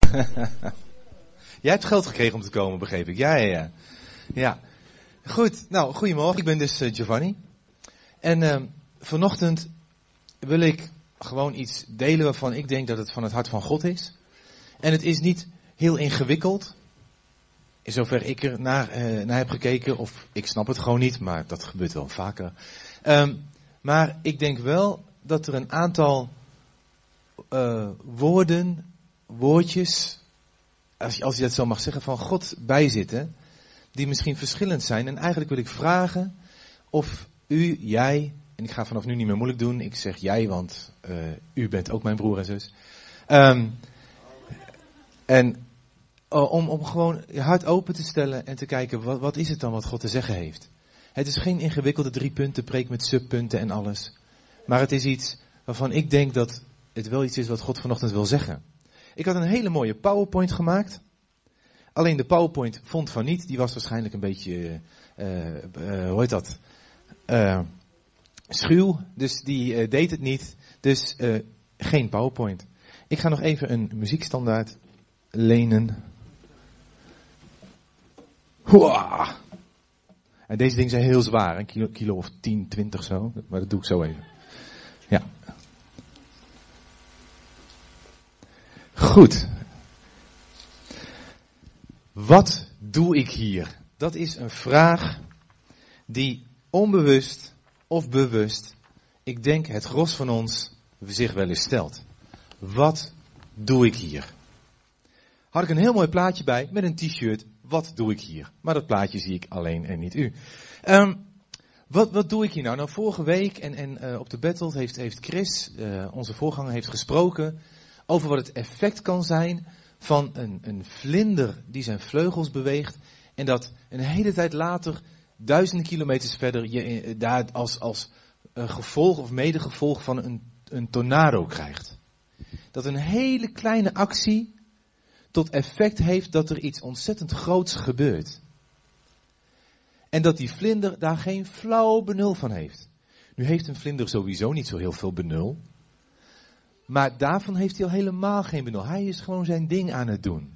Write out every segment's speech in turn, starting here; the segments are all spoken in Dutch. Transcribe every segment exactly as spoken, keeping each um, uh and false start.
Jij hebt geld gekregen om te komen, begreep ik. Ja, ja, ja. Ja. Goed, nou, goedemorgen. Ik ben dus uh, Giovanni. En uh, vanochtend wil ik gewoon iets delen waarvan ik denk dat het van het hart van God is. En het is niet heel ingewikkeld. In zover ik er naar, uh, naar heb gekeken. Of ik snap het gewoon niet, maar dat gebeurt wel vaker. Um, maar ik denk wel dat er een aantal uh, woorden, woordjes, als je, als je dat zo mag zeggen, van God bijzitten. Die misschien verschillend zijn. En eigenlijk wil ik vragen of u, jij, en ik ga vanaf nu niet meer moeilijk doen. Ik zeg jij, want uh, u bent ook mijn broer en zus. Um, en uh, om, om gewoon je hart open te stellen en te kijken, wat, wat is het dan wat God te zeggen heeft. Het is geen ingewikkelde drie punten preek met subpunten en alles. Maar het is iets waarvan ik denk dat het wel iets is wat God vanochtend wil zeggen. Ik had een hele mooie PowerPoint gemaakt. Alleen de PowerPoint vond van niet. Die was waarschijnlijk een beetje, uh, uh, hoe heet dat, uh, schuw. Dus die uh, deed het niet. Dus uh, geen PowerPoint. Ik ga nog even een muziekstandaard lenen. Hoera! En deze dingen zijn heel zwaar. Een kilo, kilo of tien, twintig zo. Maar dat doe ik zo even. Ja. Goed. Wat doe ik hier? Dat is een vraag die onbewust of bewust, ik denk het gros van ons, zich wel eens stelt. Wat doe ik hier? Had ik een heel mooi plaatje bij met een t-shirt. Wat doe ik hier? Maar dat plaatje zie ik alleen en niet u. Um, wat, wat doe ik hier nou? Nou, vorige week en, en uh, op de Battle heeft, heeft Chris, uh, onze voorganger, heeft gesproken over wat het effect kan zijn van een, een vlinder die zijn vleugels beweegt en dat een hele tijd later, duizenden kilometers verder, je uh, daar als, als uh, gevolg of medegevolg van een, een tornado krijgt. Dat een hele kleine actie tot effect heeft dat er iets ontzettend groots gebeurt. En dat die vlinder daar geen flauw benul van heeft. Nu heeft een vlinder sowieso niet zo heel veel benul. Maar daarvan heeft hij al helemaal geen benul. Hij is gewoon zijn ding aan het doen.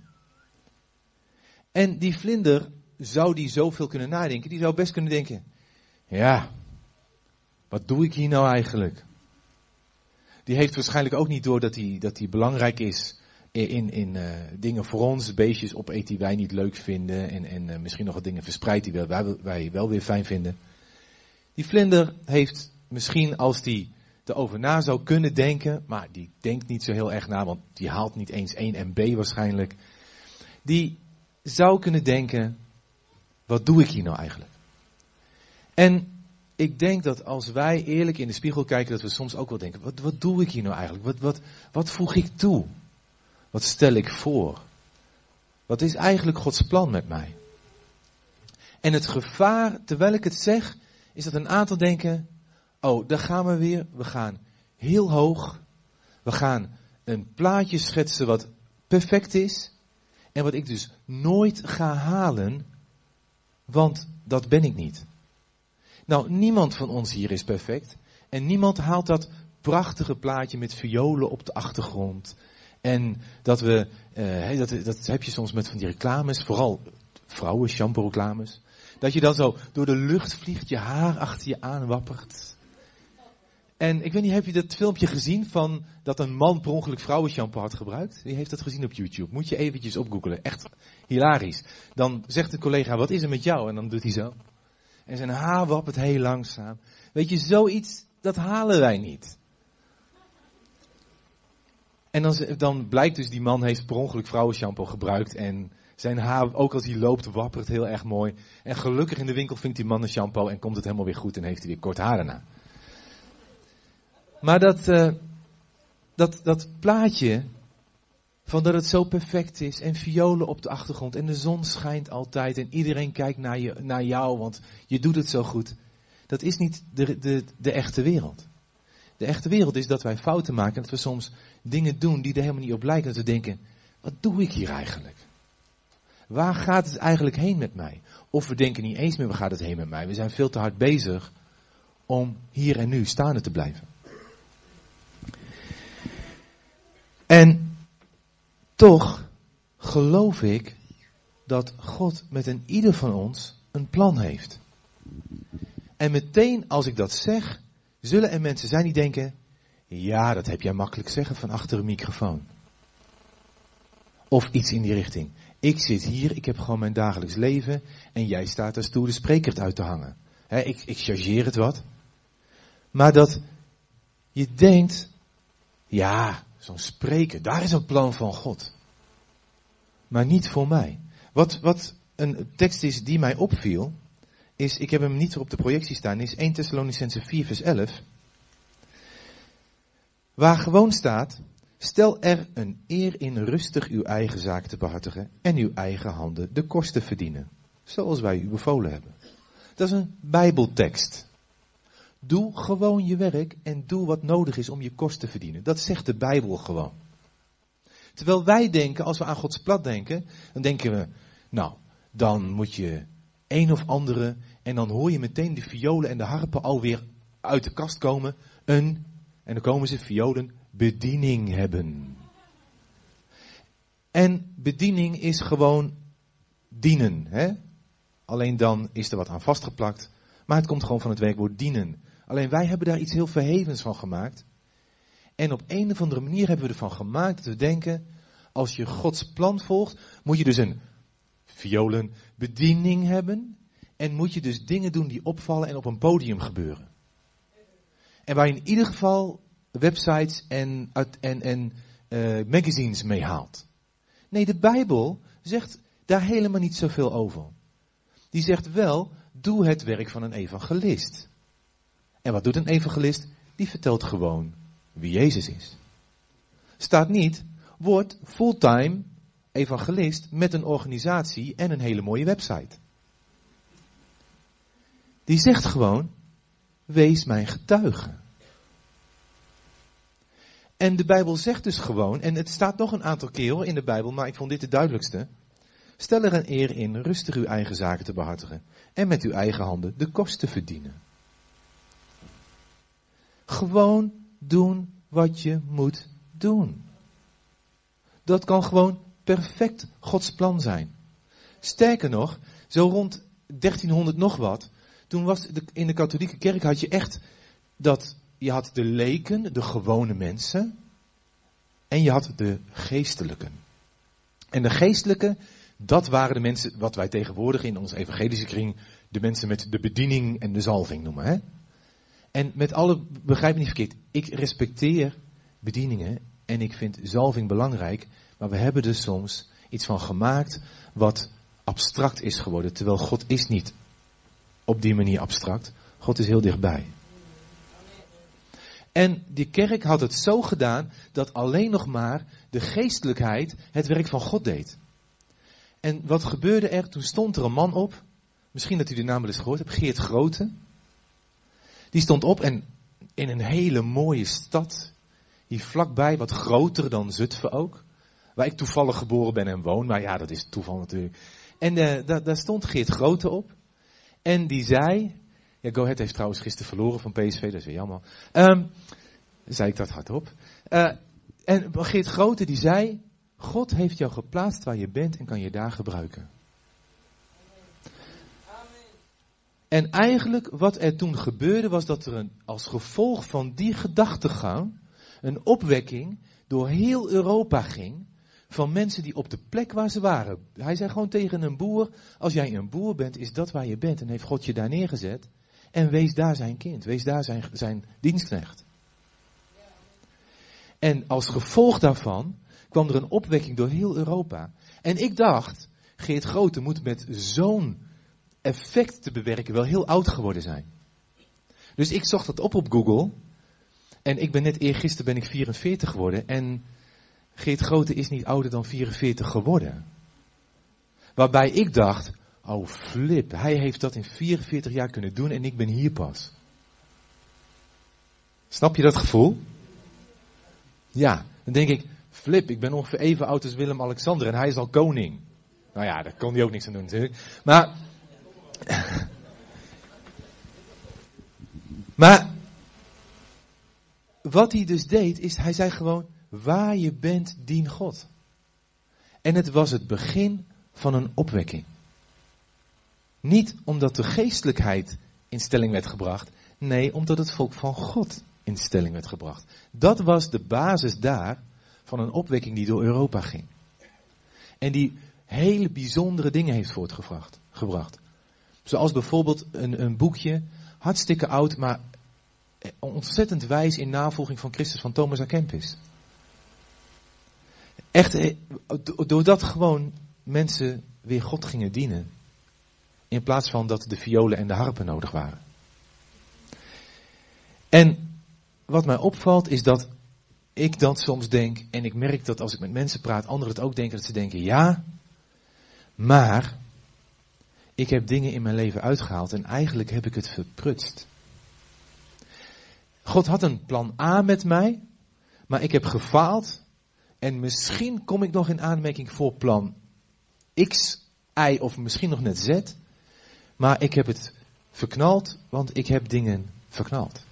En die vlinder, zou die zoveel kunnen nadenken? Die zou best kunnen denken, ja, wat doe ik hier nou eigenlijk? Die heeft waarschijnlijk ook niet door dat hij, dat hij belangrijk is in, in uh, dingen voor ons, beestjes opeten die wij niet leuk vinden. En, en uh, misschien nog wat dingen verspreidt die wij, wij, wij wel weer fijn vinden. Die vlinder heeft misschien, als die erover na zou kunnen denken, maar die denkt niet zo heel erg na, want die haalt niet eens één MB waarschijnlijk. Die zou kunnen denken, wat doe ik hier nou eigenlijk? En ik denk dat als wij eerlijk in de spiegel kijken, dat we soms ook wel denken, wat, wat doe ik hier nou eigenlijk? Wat, wat, wat voeg ik toe? Wat stel ik voor? Wat is eigenlijk Gods plan met mij? En het gevaar, terwijl ik het zeg, is dat een aantal denken, oh, daar gaan we weer. We gaan heel hoog. We gaan een plaatje schetsen wat perfect is. En wat ik dus nooit ga halen, want dat ben ik niet. Nou, niemand van ons hier is perfect. En niemand haalt dat prachtige plaatje met violen op de achtergrond. En dat we, uh, dat, dat heb je soms met van die reclames, vooral vrouwen shampoo reclames. Dat je dan zo door de lucht vliegt, je haar achter je aan wappert. En ik weet niet, heb je dat filmpje gezien van dat een man per ongeluk vrouwenshampoo had gebruikt? Wie heeft dat gezien op YouTube? Moet je eventjes opgoogelen. Echt hilarisch. Dan zegt een collega, wat is er met jou? En dan doet hij zo. En zijn haar wappert heel langzaam. Weet je, zoiets, dat halen wij niet. En dan, dan blijkt dus, die man heeft per ongeluk vrouwenshampoo gebruikt. En zijn haar, ook als hij loopt, wappert heel erg mooi. En gelukkig in de winkel vindt die man een shampoo en komt het helemaal weer goed en heeft hij weer kort haar daarna. Maar dat, uh, dat, dat plaatje van dat het zo perfect is en violen op de achtergrond en de zon schijnt altijd en iedereen kijkt naar, je, naar jou, want je doet het zo goed. Dat is niet de, de, de echte wereld. De echte wereld is dat wij fouten maken en dat we soms dingen doen die er helemaal niet op lijken. Dat we denken, wat doe ik hier eigenlijk? Waar gaat het eigenlijk heen met mij? Of we denken niet eens meer, waar gaat het heen met mij? We zijn veel te hard bezig om hier en nu staande te blijven. En toch geloof ik dat God met een ieder van ons een plan heeft. En meteen als ik dat zeg, zullen er mensen zijn die denken, ja, dat heb jij makkelijk zeggen van achter een microfoon. Of iets in die richting. Ik zit hier, ik heb gewoon mijn dagelijks leven en jij staat daar stoer de spreker uit te hangen. He, ik, ik chargeer het wat. Maar dat je denkt, ja, zo'n spreker, daar is een plan van God. Maar niet voor mij. Wat, wat een tekst is die mij opviel, is, ik heb hem niet op de projectie staan, is Eerste Thessalonicenzen vier vers elf. Waar gewoon staat, stel er een eer in rustig uw eigen zaak te behartigen en uw eigen handen de kosten verdienen. Zoals wij u bevolen hebben. Dat is een Bijbeltekst. Doe gewoon je werk en doe wat nodig is om je kost te verdienen. Dat zegt de Bijbel gewoon. Terwijl wij denken, als we aan Gods plan denken, dan denken we, nou, dan moet je een of andere, en dan hoor je meteen de violen en de harpen alweer uit de kast komen, een, en dan komen ze violen, bediening hebben. En bediening is gewoon dienen, hè? Alleen dan is er wat aan vastgeplakt, maar het komt gewoon van het werkwoord dienen. Alleen wij hebben daar iets heel verhevens van gemaakt. En op een of andere manier hebben we ervan gemaakt dat we denken, als je Gods plan volgt, moet je dus een violenbediening hebben. En moet je dus dingen doen die opvallen en op een podium gebeuren. En waar je in ieder geval websites en, en, en uh, magazines mee haalt. Nee, de Bijbel zegt daar helemaal niet zoveel over. Die zegt wel, doe het werk van een evangelist. En wat doet een evangelist? Die vertelt gewoon wie Jezus is. Staat niet, word fulltime evangelist met een organisatie en een hele mooie website. Die zegt gewoon, wees mijn getuige. En de Bijbel zegt dus gewoon, en het staat nog een aantal keer hoor in de Bijbel, maar ik vond dit de duidelijkste. Stel er een eer in rustig uw eigen zaken te behartigen en met uw eigen handen de kost te verdienen. Gewoon doen wat je moet doen. Dat kan gewoon perfect Gods plan zijn. Sterker nog, zo rond dertienhonderd nog wat, toen was de, in de katholieke kerk had je echt dat, je had de leken, de gewone mensen, en je had de geestelijken. En de geestelijken, dat waren de mensen, wat wij tegenwoordig in onze evangelische kring, de mensen met de bediening en de zalving noemen. Hè? En met alle, begrijp me niet verkeerd, ik respecteer bedieningen en ik vind zalving belangrijk, maar we hebben er soms iets van gemaakt wat abstract is geworden, terwijl God is niet op die manier abstract. God is heel dichtbij. En die kerk had het zo gedaan dat alleen nog maar de geestelijkheid het werk van God deed. En wat gebeurde er? Toen stond er een man op, misschien dat u de naam wel eens gehoord hebt, Geert Grote. Die stond op en in een hele mooie stad, hier vlakbij, wat groter dan Zutphen ook, waar ik toevallig geboren ben en woon, maar ja, dat is toeval natuurlijk. En uh, daar, daar stond Geert Grote op. En die zei, ja, Go Ahead heeft trouwens gisteren verloren van P S V, dat is weer jammer. Um, zei ik dat hardop. Uh, en Geert Grote die zei, God heeft jou geplaatst waar je bent en kan je daar gebruiken. En eigenlijk wat er toen gebeurde was dat er een, als gevolg van die gedachtegang een opwekking door heel Europa ging van mensen die op de plek waar ze waren. Hij zei gewoon tegen een boer, als jij een boer bent, is dat waar je bent en heeft God je daar neergezet. En wees daar zijn kind, wees daar zijn, zijn dienstknecht. En als gevolg daarvan kwam er een opwekking door heel Europa. En ik dacht, Geert Grote moet met zo'n effect te bewerken wel heel oud geworden zijn. Dus ik zocht dat op op Google. En ik ben net eergisteren ben ik vierenveertig geworden. En Geert Grote is niet ouder dan vierenveertig geworden. Waarbij ik dacht, oh flip, hij heeft dat in vierenveertig jaar kunnen doen en ik ben hier pas. Snap je dat gevoel? Ja, dan denk ik, flip, ik ben ongeveer even oud als Willem-Alexander en hij is al koning. Nou ja, daar kon hij ook niks aan doen natuurlijk. Maar, maar, wat hij dus deed, is hij zei gewoon, waar je bent, dien God. En het was het begin van een opwekking. Niet omdat de geestelijkheid in stelling werd gebracht. Nee, omdat het volk van God in stelling werd gebracht. Dat was de basis daar van een opwekking die door Europa ging. En die hele bijzondere dingen heeft voortgebracht. Gebracht. Zoals bijvoorbeeld een, een boekje, hartstikke oud, maar ontzettend wijs in navolging van Christus van Thomas à Kempis. Echt, doordat gewoon mensen weer God gingen dienen. In plaats van dat de violen en de harpen nodig waren. En wat mij opvalt is dat ik dan soms denk, en ik merk dat als ik met mensen praat, anderen het ook denken, dat ze denken, ja, maar ik heb dingen in mijn leven uitgehaald en eigenlijk heb ik het verprutst. God had een plan A met mij, maar ik heb gefaald en misschien kom ik nog in aanmerking voor plan X, Y of misschien nog net Z, maar ik heb het verknald, want ik heb dingen verknald.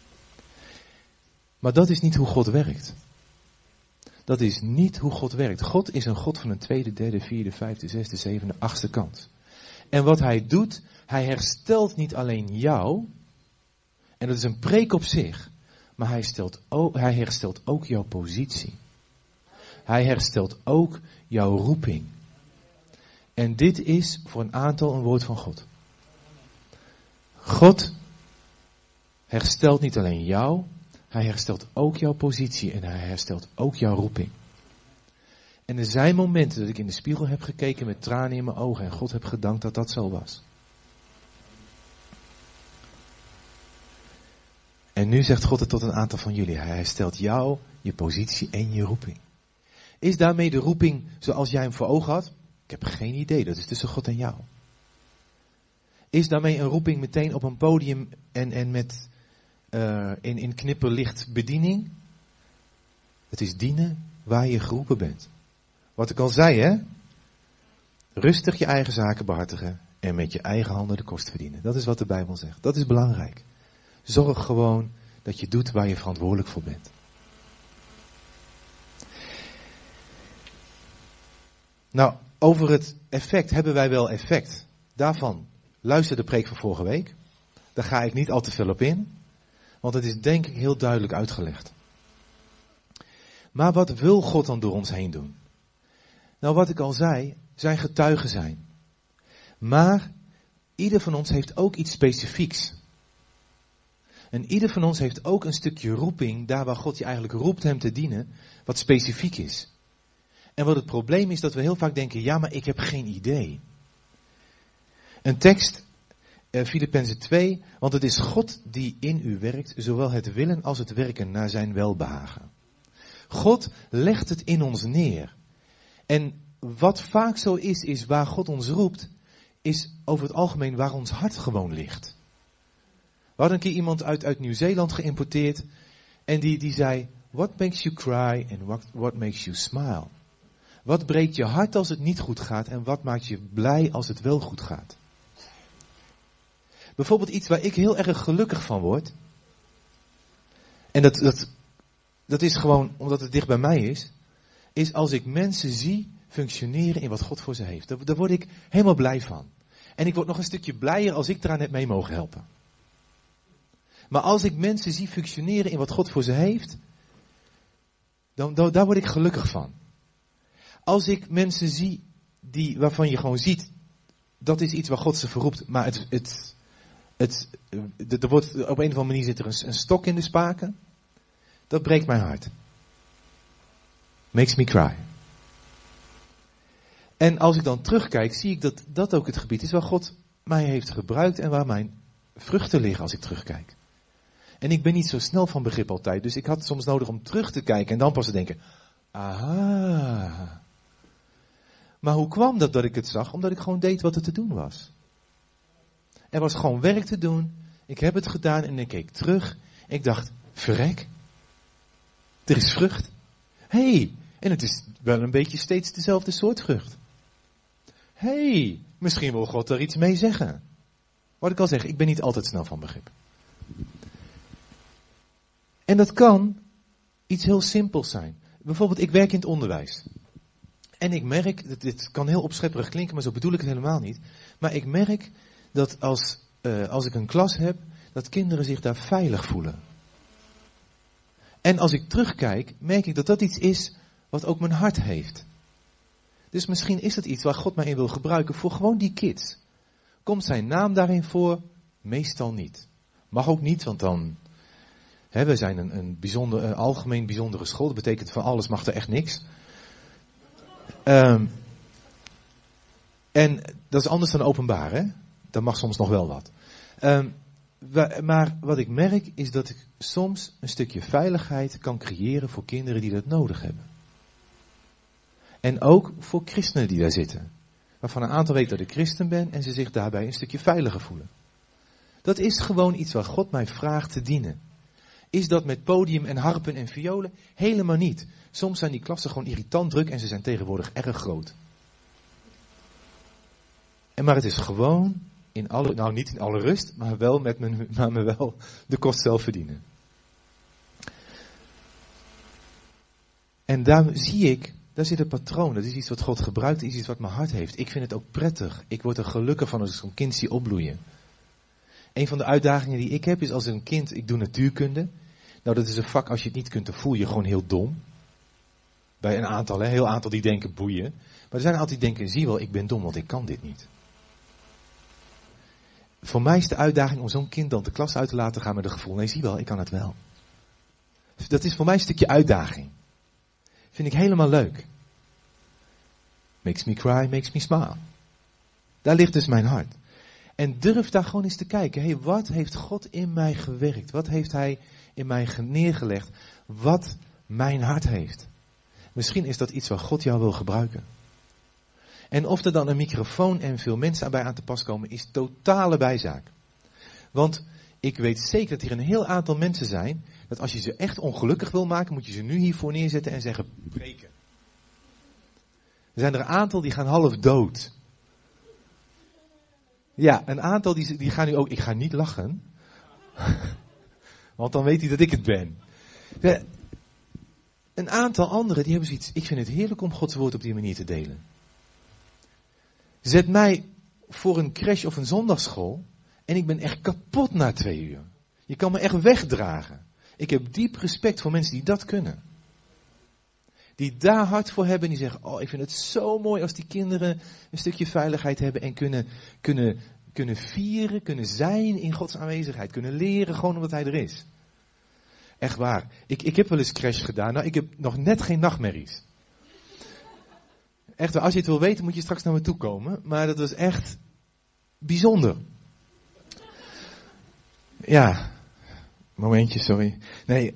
Maar dat is niet hoe God werkt. Dat is niet hoe God werkt. God is een God van een tweede, derde, vierde, vijfde, zesde, zevende, achtste kans. En wat hij doet, hij herstelt niet alleen jou, en dat is een preek op zich, maar hij, stelt ook, hij herstelt ook jouw positie. Hij herstelt ook jouw roeping. En dit is voor een aantal een woord van God. God herstelt niet alleen jou, hij herstelt ook jouw positie en hij herstelt ook jouw roeping. En er zijn momenten dat ik in de spiegel heb gekeken met tranen in mijn ogen en God heb gedankt dat dat zo was. En nu zegt God het tot een aantal van jullie. Hij herstelt jou, je positie en je roeping. Is daarmee de roeping zoals jij hem voor ogen had? Ik heb geen idee, dat is tussen God en jou. Is daarmee een roeping meteen op een podium en, en met uh, in, in knipperlicht bediening? Het is dienen waar je geroepen bent. Wat ik al zei, hè? Rustig je eigen zaken behartigen en met je eigen handen de kost verdienen. Dat is wat de Bijbel zegt. Dat is belangrijk. Zorg gewoon dat je doet waar je verantwoordelijk voor bent. Nou, over het effect hebben wij wel effect. Daarvan luister de preek van vorige week. Daar ga ik niet al te veel op in. Want het is denk ik heel duidelijk uitgelegd. Maar wat wil God dan door ons heen doen? Nou, wat ik al zei, zijn getuigen zijn. Maar ieder van ons heeft ook iets specifieks. En ieder van ons heeft ook een stukje roeping, daar waar God je eigenlijk roept hem te dienen, wat specifiek is. En wat het probleem is, dat we heel vaak denken, ja, maar ik heb geen idee. Een tekst, uh, Filippenzen twee, want het is God die in u werkt, zowel het willen als het werken naar zijn welbehagen. God legt het in ons neer. En wat vaak zo is, is waar God ons roept, is over het algemeen waar ons hart gewoon ligt. We hadden een keer iemand uit, uit Nieuw-Zeeland geïmporteerd en die, die zei, what makes you cry and what, what makes you smile? Wat breekt je hart als het niet goed gaat en wat maakt je blij als het wel goed gaat? Bijvoorbeeld iets waar ik heel erg gelukkig van word. En dat, dat, dat is gewoon omdat het dicht bij mij is. Is als ik mensen zie functioneren in wat God voor ze heeft. Daar, daar word ik helemaal blij van. En ik word nog een stukje blijer als ik eraan heb mee mogen helpen. Maar als ik mensen zie functioneren in wat God voor ze heeft. Dan, dan, daar word ik gelukkig van. Als ik mensen zie die, waarvan je gewoon ziet. Dat is iets waar God ze voor roept. Maar het, het, het, het, er wordt, op een of andere manier zit er een, een stok in de spaken. Dat breekt mijn hart. Makes me cry. En als ik dan terugkijk, zie ik dat dat ook het gebied is waar God mij heeft gebruikt en waar mijn vruchten liggen als ik terugkijk. En ik ben niet zo snel van begrip altijd, dus ik had soms nodig om terug te kijken en dan pas te denken, aha. Maar hoe kwam dat dat ik het zag? Omdat ik gewoon deed wat er te doen was. Er was gewoon werk te doen, ik heb het gedaan en ik keek terug. Ik dacht, verrek, er is vrucht. Hé, hey, en het is wel een beetje steeds dezelfde soort vrucht. Hé, hey, misschien wil God er iets mee zeggen. Wat ik al zeg, ik ben niet altijd snel van begrip. En dat kan iets heel simpels zijn. Bijvoorbeeld, ik werk in het onderwijs. En ik merk, dit kan heel opschepperig klinken, maar zo bedoel ik het helemaal niet. Maar ik merk dat als, uh, als ik een klas heb, dat kinderen zich daar veilig voelen. En als ik terugkijk, merk ik dat dat iets is wat ook mijn hart heeft. Dus misschien is dat iets waar God mij in wil gebruiken voor gewoon die kids. Komt zijn naam daarin voor? Meestal niet. Mag ook niet, want dan... Hè, we zijn een, een, bijzonder, een algemeen bijzondere school. Dat betekent van alles mag er echt niks. Um, en dat is anders dan openbaar, hè? Dat mag soms nog wel wat. Um, wa, maar wat ik merk is dat ik soms een stukje veiligheid kan creëren voor kinderen die dat nodig hebben. En ook voor christenen die daar zitten. Waarvan een aantal weet dat ik christen ben en ze zich daarbij een stukje veiliger voelen. Dat is gewoon iets waar God mij vraagt te dienen. Is dat met podium en harpen en violen? Helemaal niet. Soms zijn die klassen gewoon irritant druk en ze zijn tegenwoordig erg groot. En maar het is gewoon in alle, nou niet in alle rust, maar wel met mijn, maar me wel de kost zelf verdienen. En daar zie ik, daar zit een patroon. Dat is iets wat God gebruikt, dat is iets wat mijn hart heeft. Ik vind het ook prettig. Ik word er gelukkig van als ik zo'n kind zie opbloeien. Een van de uitdagingen die ik heb is als een kind, ik doe natuurkunde. Nou, dat is een vak, als je het niet kunt, dan voel je je gewoon heel dom. Bij een aantal, hè, een heel aantal die denken boeien. Maar er zijn een aantal die denken, zie wel, ik ben dom, want ik kan dit niet. Voor mij is de uitdaging om zo'n kind dan de klas uit te laten gaan met het gevoel, nee, zie wel, ik kan het wel. Dat is voor mij een stukje uitdaging. Vind ik helemaal leuk. Makes me cry, makes me smile. Daar ligt dus mijn hart. En durf daar gewoon eens te kijken. Hé, wat heeft God in mij gewerkt? Wat heeft Hij in mij neergelegd? Wat mijn hart heeft. Misschien is dat iets waar God jou wil gebruiken. En of er dan een microfoon en veel mensen bij aan te pas komen, is totale bijzaak. Want ik weet zeker dat hier een heel aantal mensen zijn, dat als je ze echt ongelukkig wil maken, moet je ze nu hiervoor neerzetten en zeggen, preken. Er zijn er een aantal die gaan half dood. Ja, een aantal die, die gaan nu ook, ik ga niet lachen. Want dan weet hij dat ik het ben. Ja, een aantal anderen die hebben zoiets, ik vind het heerlijk om Gods woord op die manier te delen. Zet mij voor een crash of een zondagsschool en ik ben echt kapot na twee uur. Je kan me echt wegdragen. Ik heb diep respect voor mensen die dat kunnen. Die daar hard voor hebben en die zeggen, oh, ik vind het zo mooi als die kinderen een stukje veiligheid hebben en kunnen, kunnen, kunnen vieren, kunnen zijn in Gods aanwezigheid. Kunnen leren gewoon omdat Hij er is. Echt waar. Ik, ik heb wel eens crash gedaan. Nou, ik heb nog net geen nachtmerries. Echt waar. Als je het wil weten moet je straks naar me toe komen. Maar dat was echt bijzonder. Ja. Momentje, sorry. Nee.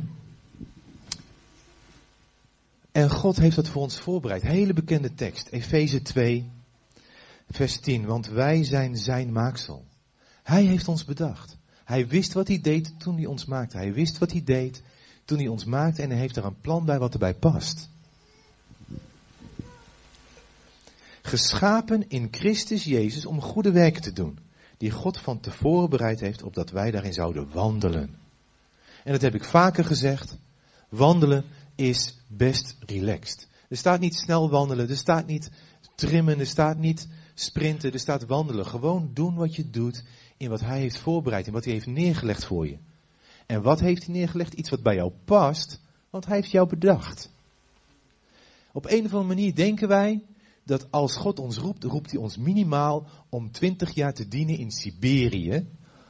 En God heeft dat voor ons voorbereid. Hele bekende tekst. Efeze twee, vers tien. Want wij zijn zijn maaksel. Hij heeft ons bedacht. Hij wist wat hij deed toen hij ons maakte. Hij wist wat hij deed toen hij ons maakte. En hij heeft er een plan bij wat erbij past. Geschapen in Christus Jezus om goede werken te doen. Die God van tevoren bereid heeft opdat wij daarin zouden wandelen. En dat heb ik vaker gezegd. Wandelen is best relaxed. Er staat niet snel wandelen, er staat niet trimmen, er staat niet sprinten, er staat wandelen. Gewoon doen wat je doet in wat Hij heeft voorbereid, in wat Hij heeft neergelegd voor je. En wat heeft Hij neergelegd? Iets wat bij jou past, want Hij heeft jou bedacht. Op een of andere manier denken wij dat als God ons roept, roept Hij ons minimaal om twintig jaar te dienen in Siberië.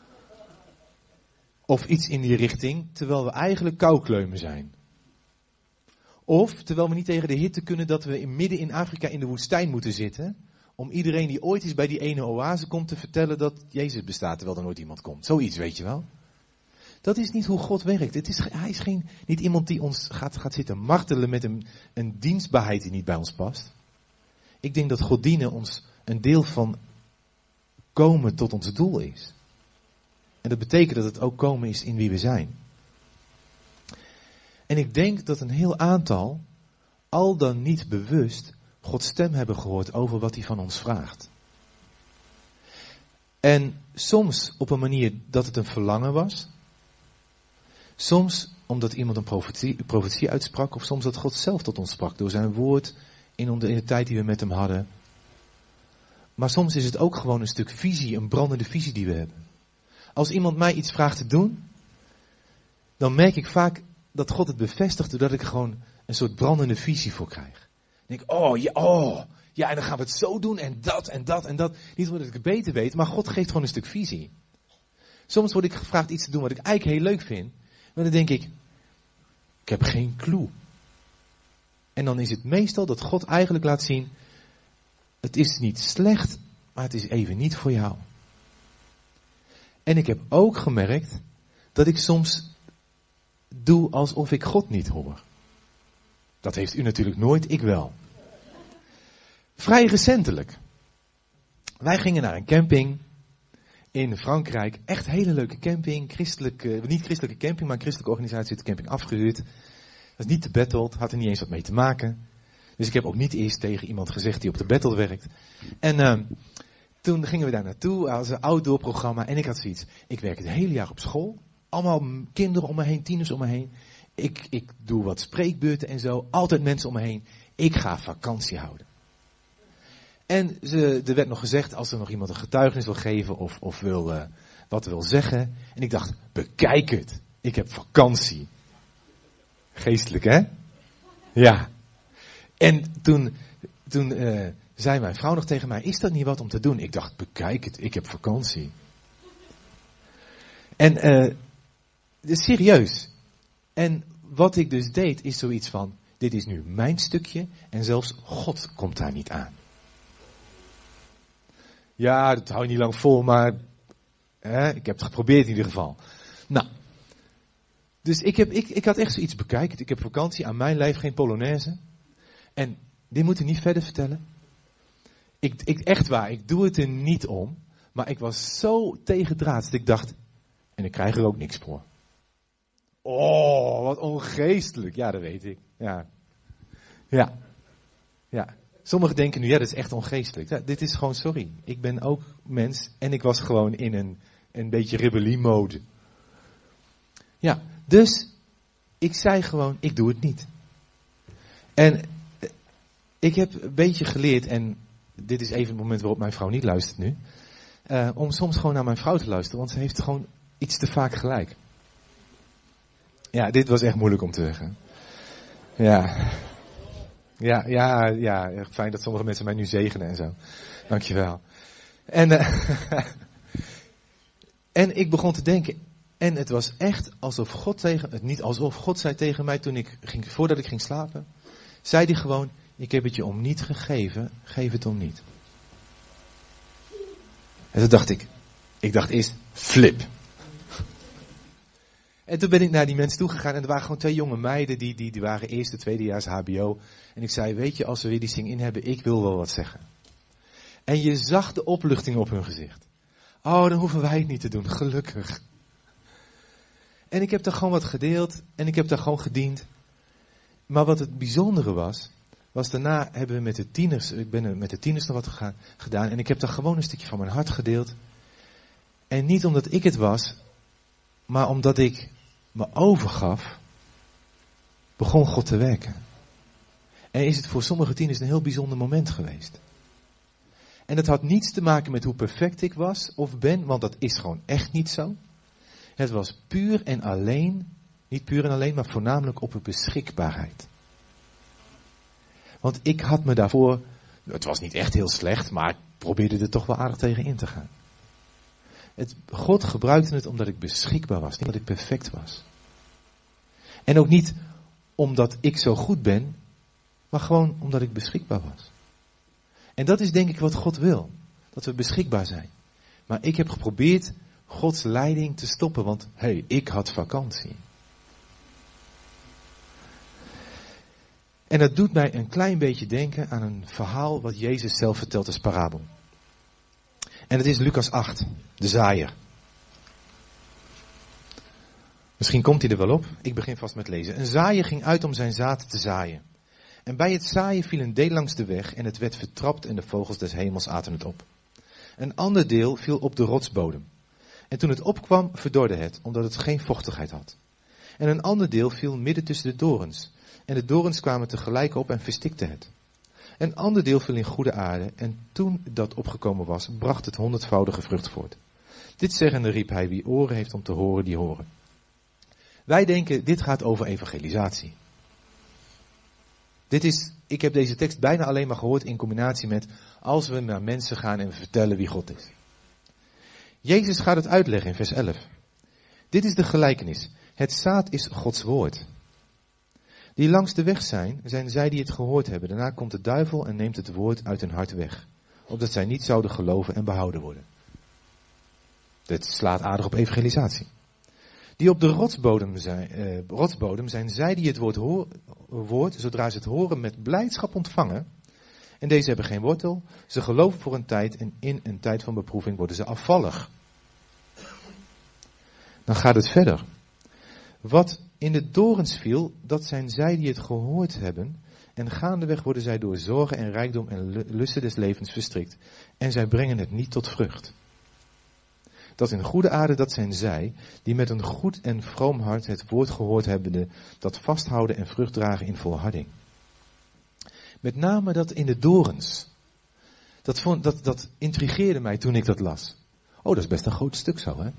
Of iets in die richting, terwijl we eigenlijk koukleumen zijn. Of, terwijl we niet tegen de hitte kunnen, dat we in, midden in Afrika in de woestijn moeten zitten. Om iedereen die ooit eens bij die ene oase komt te vertellen dat Jezus bestaat, terwijl er nooit iemand komt. Zoiets, weet je wel. Dat is niet hoe God werkt. Het is, hij is geen, niet iemand die ons gaat, gaat zitten martelen met een, een dienstbaarheid die niet bij ons past. Ik denk dat God dienen ons een deel van komen tot ons doel is. En dat betekent dat het ook komen is in wie we zijn. En ik denk dat een heel aantal, al dan niet bewust, Gods stem hebben gehoord over wat Hij van ons vraagt. En soms op een manier dat het een verlangen was. Soms omdat iemand een profetie, profetie uitsprak. Of soms dat God zelf tot ons sprak door zijn woord in de, in de tijd die we met hem hadden. Maar soms is het ook gewoon een stuk visie, een brandende visie die we hebben. Als iemand mij iets vraagt te doen, dan merk ik vaak dat God het bevestigt doordat ik gewoon een soort brandende visie voor krijg. Dan denk ik, oh ja, oh, ja, en dan gaan we het zo doen en dat en dat en dat. Niet omdat ik het beter weet, maar God geeft gewoon een stuk visie. Soms word ik gevraagd iets te doen wat ik eigenlijk heel leuk vind, maar dan denk ik, ik heb geen clue. En dan is het meestal dat God eigenlijk laat zien, het is niet slecht, maar het is even niet voor jou. En ik heb ook gemerkt dat ik soms doe alsof ik God niet hoor. Dat heeft u natuurlijk nooit, ik wel. Vrij recentelijk. Wij gingen naar een camping in Frankrijk. Echt hele leuke camping. Christelijke, niet christelijke camping, maar een christelijke organisatie heeft de camping afgehuurd. Dat is niet te Battled, had er niet eens wat mee te maken. Dus ik heb ook niet eerst tegen iemand gezegd die op de Battled werkt. En uh, toen gingen we daar naartoe als een outdoor programma. En ik had zoiets, ik werk het hele jaar op school. Allemaal kinderen om me heen, tieners om me heen. Ik, ik doe wat spreekbeurten en zo. Altijd mensen om me heen. Ik ga vakantie houden. En ze, er werd nog gezegd, als er nog iemand een getuigenis wil geven of, of wil, uh, wat wil zeggen. En ik dacht, bekijk het. Ik heb vakantie. Geestelijk, hè? Ja. En toen, toen uh, zei mijn vrouw nog tegen mij, is dat niet wat om te doen? Ik dacht, bekijk het, ik heb vakantie. En uh, dus serieus. En wat ik dus deed, is zoiets van, dit is nu mijn stukje en zelfs God komt daar niet aan. Ja, dat hou je niet lang vol, maar hè, ik heb het geprobeerd in ieder geval. Nou, dus ik, heb, ik, ik had echt zoiets bekijkt. Ik heb vakantie, aan mijn lijf geen Polonaise. En dit moet ik niet verder vertellen. Ik, ik, echt waar, ik doe het er niet om. Maar ik was zo tegendraads dat ik dacht, en ik krijg er ook niks voor. Oh, wat ongeestelijk. Ja, dat weet ik. Ja. Ja. Ja. Sommigen denken nu, ja, dat is echt ongeestelijk. Ja, dit is gewoon, sorry. Ik ben ook mens en ik was gewoon in een, een beetje rebellie-mode. Ja, dus ik zei gewoon, ik doe het niet. En ik heb een beetje geleerd, en dit is even het moment waarop mijn vrouw niet luistert nu, uh, om soms gewoon naar mijn vrouw te luisteren, want ze heeft gewoon iets te vaak gelijk. Ja, dit was echt moeilijk om te zeggen. Ja. Ja, ja, ja, fijn dat sommige mensen mij nu zegenen en zo. Dankjewel. En, uh, en ik begon te denken, en het was echt alsof God tegen, het niet alsof God zei tegen mij toen ik ging, voordat ik ging slapen, zei hij gewoon, ik heb het je om niet gegeven, geef het om niet. En toen dacht ik, ik dacht eerst, flip. En toen ben ik naar die mensen toegegaan en er waren gewoon twee jonge meiden, die, die, die waren eerste, tweedejaars H B O. En ik zei, weet je, als we weer die zing in hebben, ik wil wel wat zeggen. En je zag de opluchting op hun gezicht. Oh, dan hoeven wij het niet te doen, gelukkig. En ik heb daar gewoon wat gedeeld en ik heb daar gewoon gediend. Maar wat het bijzondere was, was daarna hebben we met de tieners, ik ben met de tieners nog wat gegaan, gedaan. En ik heb daar gewoon een stukje van mijn hart gedeeld. En niet omdat ik het was, maar omdat ik me overgaf, begon God te werken. En is het voor sommige tieners een heel bijzonder moment geweest. En het had niets te maken met hoe perfect ik was of ben, want dat is gewoon echt niet zo. Het was puur en alleen, niet puur en alleen, maar voornamelijk op een beschikbaarheid. Want ik had me daarvoor, het was niet echt heel slecht, maar ik probeerde er toch wel aardig tegen in te gaan. Het, God gebruikte het omdat ik beschikbaar was, niet omdat ik perfect was. En ook niet omdat ik zo goed ben, maar gewoon omdat ik beschikbaar was. En dat is denk ik wat God wil, dat we beschikbaar zijn. Maar ik heb geprobeerd Gods leiding te stoppen, want hé, hey, ik had vakantie. En dat doet mij een klein beetje denken aan een verhaal wat Jezus zelf vertelt als parabel. En het is Lucas acht, de zaaier. Misschien komt hij er wel op. Ik begin vast met lezen. Een zaaier ging uit om zijn zaad te zaaien. En bij het zaaien viel een deel langs de weg en het werd vertrapt en de vogels des hemels aten het op. Een ander deel viel op de rotsbodem. En toen het opkwam, verdorde het, omdat het geen vochtigheid had. En een ander deel viel midden tussen de dorens. En de dorens kwamen tegelijk op en verstikten het. Een ander deel viel in goede aarde en toen dat opgekomen was, bracht het honderdvoudige vrucht voort. Dit zeggende riep hij, wie oren heeft om te horen, die horen. Wij denken, dit gaat over evangelisatie. Dit is, ik heb deze tekst bijna alleen maar gehoord in combinatie met, als we naar mensen gaan en vertellen wie God is. Jezus gaat het uitleggen in vers elf. Dit is de gelijkenis. Het zaad is Gods woord. Die langs de weg zijn, zijn zij die het gehoord hebben. Daarna komt de duivel en neemt het woord uit hun hart weg. Opdat zij niet zouden geloven en behouden worden. Dit slaat aardig op evangelisatie. Die op de rotsbodem zijn, eh, rotsbodem zijn zij die het woord, hoor, woord, zodra ze het horen, met blijdschap ontvangen. En deze hebben geen wortel. Ze geloven voor een tijd en in een tijd van beproeving worden ze afvallig. Dan gaat het verder. Wat in de dorens viel, dat zijn zij die het gehoord hebben. En gaandeweg worden zij door zorgen en rijkdom en lusten des levens verstrikt. En zij brengen het niet tot vrucht. Dat in goede aarde, dat zijn zij, die met een goed en vroom hart het woord gehoord hebbende, dat vasthouden en vrucht dragen in volharding. Met name dat in de dorens. Dat, vond, dat, dat intrigeerde mij toen ik dat las. Oh, dat is best een groot stuk zo, hè?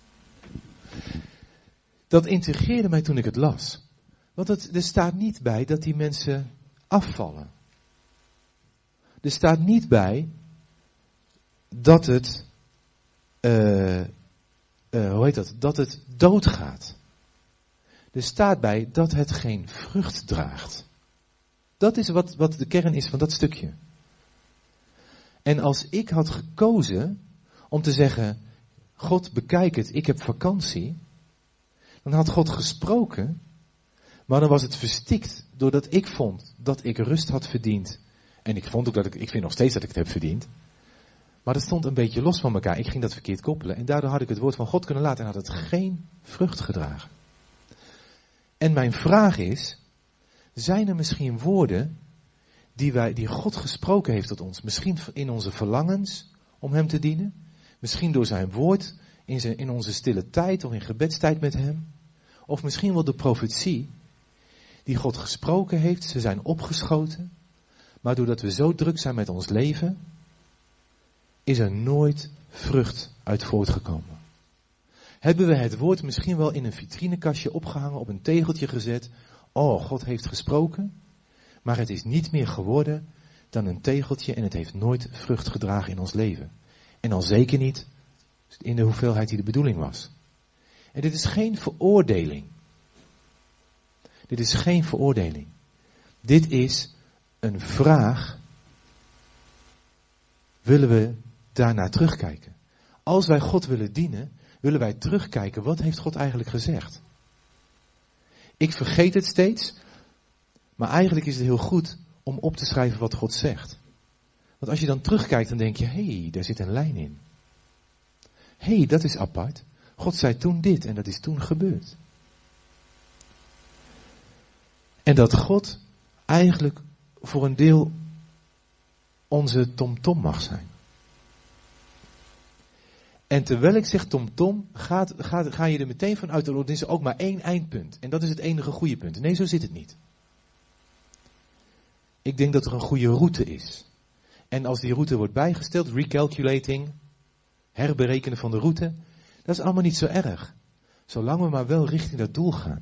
Dat intrigeerde mij toen ik het las. Want het, er staat niet bij dat die mensen afvallen. Er staat niet bij dat het, uh, uh, hoe heet dat, dat het doodgaat. Er staat bij dat het geen vrucht draagt. Dat is wat, wat de kern is van dat stukje. En als ik had gekozen om te zeggen, God bekijk het, ik heb vakantie, dan had God gesproken, maar dan was het verstikt doordat ik vond dat ik rust had verdiend. En ik vond ook dat ik, ik vind nog steeds dat ik het heb verdiend. Maar dat stond een beetje los van elkaar. Ik ging dat verkeerd koppelen. En daardoor had ik het woord van God kunnen laten en had het geen vrucht gedragen. En mijn vraag is, zijn er misschien woorden die, wij, die God gesproken heeft tot ons? Misschien in onze verlangens om hem te dienen? Misschien door zijn woord in, zijn, in onze stille tijd of in gebedstijd met hem? Of misschien wel de profetie die God gesproken heeft, ze zijn opgeschoten. Maar doordat we zo druk zijn met ons leven, is er nooit vrucht uit voortgekomen. Hebben we het woord misschien wel in een vitrinekastje opgehangen, op een tegeltje gezet. Oh, God heeft gesproken, maar het is niet meer geworden dan een tegeltje en het heeft nooit vrucht gedragen in ons leven. En al zeker niet in de hoeveelheid die de bedoeling was. En dit is geen veroordeling. Dit is geen veroordeling. Dit is een vraag. Willen we daarnaar terugkijken? Als wij God willen dienen, willen wij terugkijken. Wat heeft God eigenlijk gezegd? Ik vergeet het steeds. Maar eigenlijk is het heel goed om op te schrijven wat God zegt. Want als je dan terugkijkt, dan denk je, hé, hey, daar zit een lijn in. Hé, hey, dat is apart. God zei toen dit en dat is toen gebeurd. En dat God eigenlijk voor een deel onze tomtom mag zijn. En terwijl ik zeg tomtom, gaat, gaat, ga je er meteen van uit, er is ook maar één eindpunt. En dat is het enige goede punt. Nee, zo zit het niet. Ik denk dat er een goede route is. En als die route wordt bijgesteld, recalculating, herberekenen van de route, dat is allemaal niet zo erg. Zolang we maar wel richting dat doel gaan.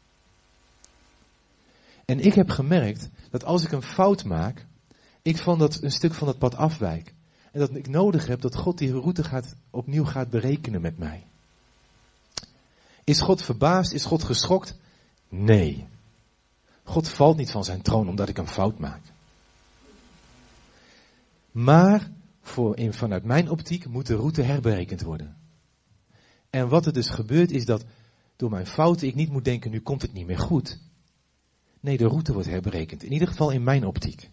En ik heb gemerkt dat als ik een fout maak, ik van dat, een stuk van dat pad afwijk. En dat ik nodig heb dat God die route gaat, opnieuw gaat berekenen met mij. Is God verbaasd? Is God geschokt? Nee. God valt niet van zijn troon omdat ik een fout maak. Maar voor, in, vanuit mijn optiek moet de route herberekend worden. En wat er dus gebeurt is dat door mijn fouten ik niet moet denken, nu komt het niet meer goed. Nee, de route wordt herberekend. In ieder geval in mijn optiek.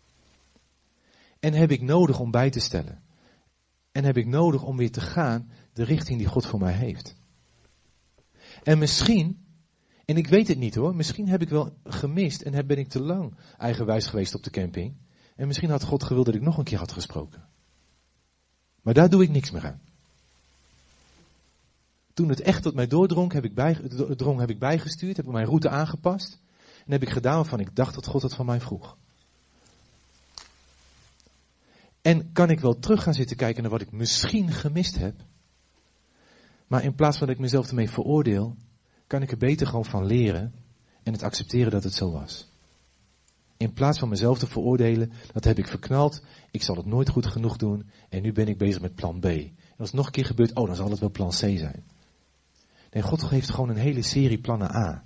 En heb ik nodig om bij te stellen. En heb ik nodig om weer te gaan de richting die God voor mij heeft. En misschien, en ik weet het niet hoor, misschien heb ik wel gemist en ben ik te lang eigenwijs geweest op de camping. En misschien had God gewild dat ik nog een keer had gesproken. Maar daar doe ik niks meer aan. Toen het echt tot mij doordrong, heb ik, bij, drong, heb ik bijgestuurd, heb ik mijn route aangepast. En heb ik gedaan waarvan ik dacht dat God het van mij vroeg. En kan ik wel terug gaan zitten kijken naar wat ik misschien gemist heb. Maar in plaats van dat ik mezelf ermee veroordeel, kan ik er beter gewoon van leren en het accepteren dat het zo was. In plaats van mezelf te veroordelen, dat heb ik verknald, ik zal het nooit goed genoeg doen en nu ben ik bezig met plan B. En als het nog een keer gebeurt, oh dan zal het wel plan C zijn. Nee, God heeft gewoon een hele serie plannen A.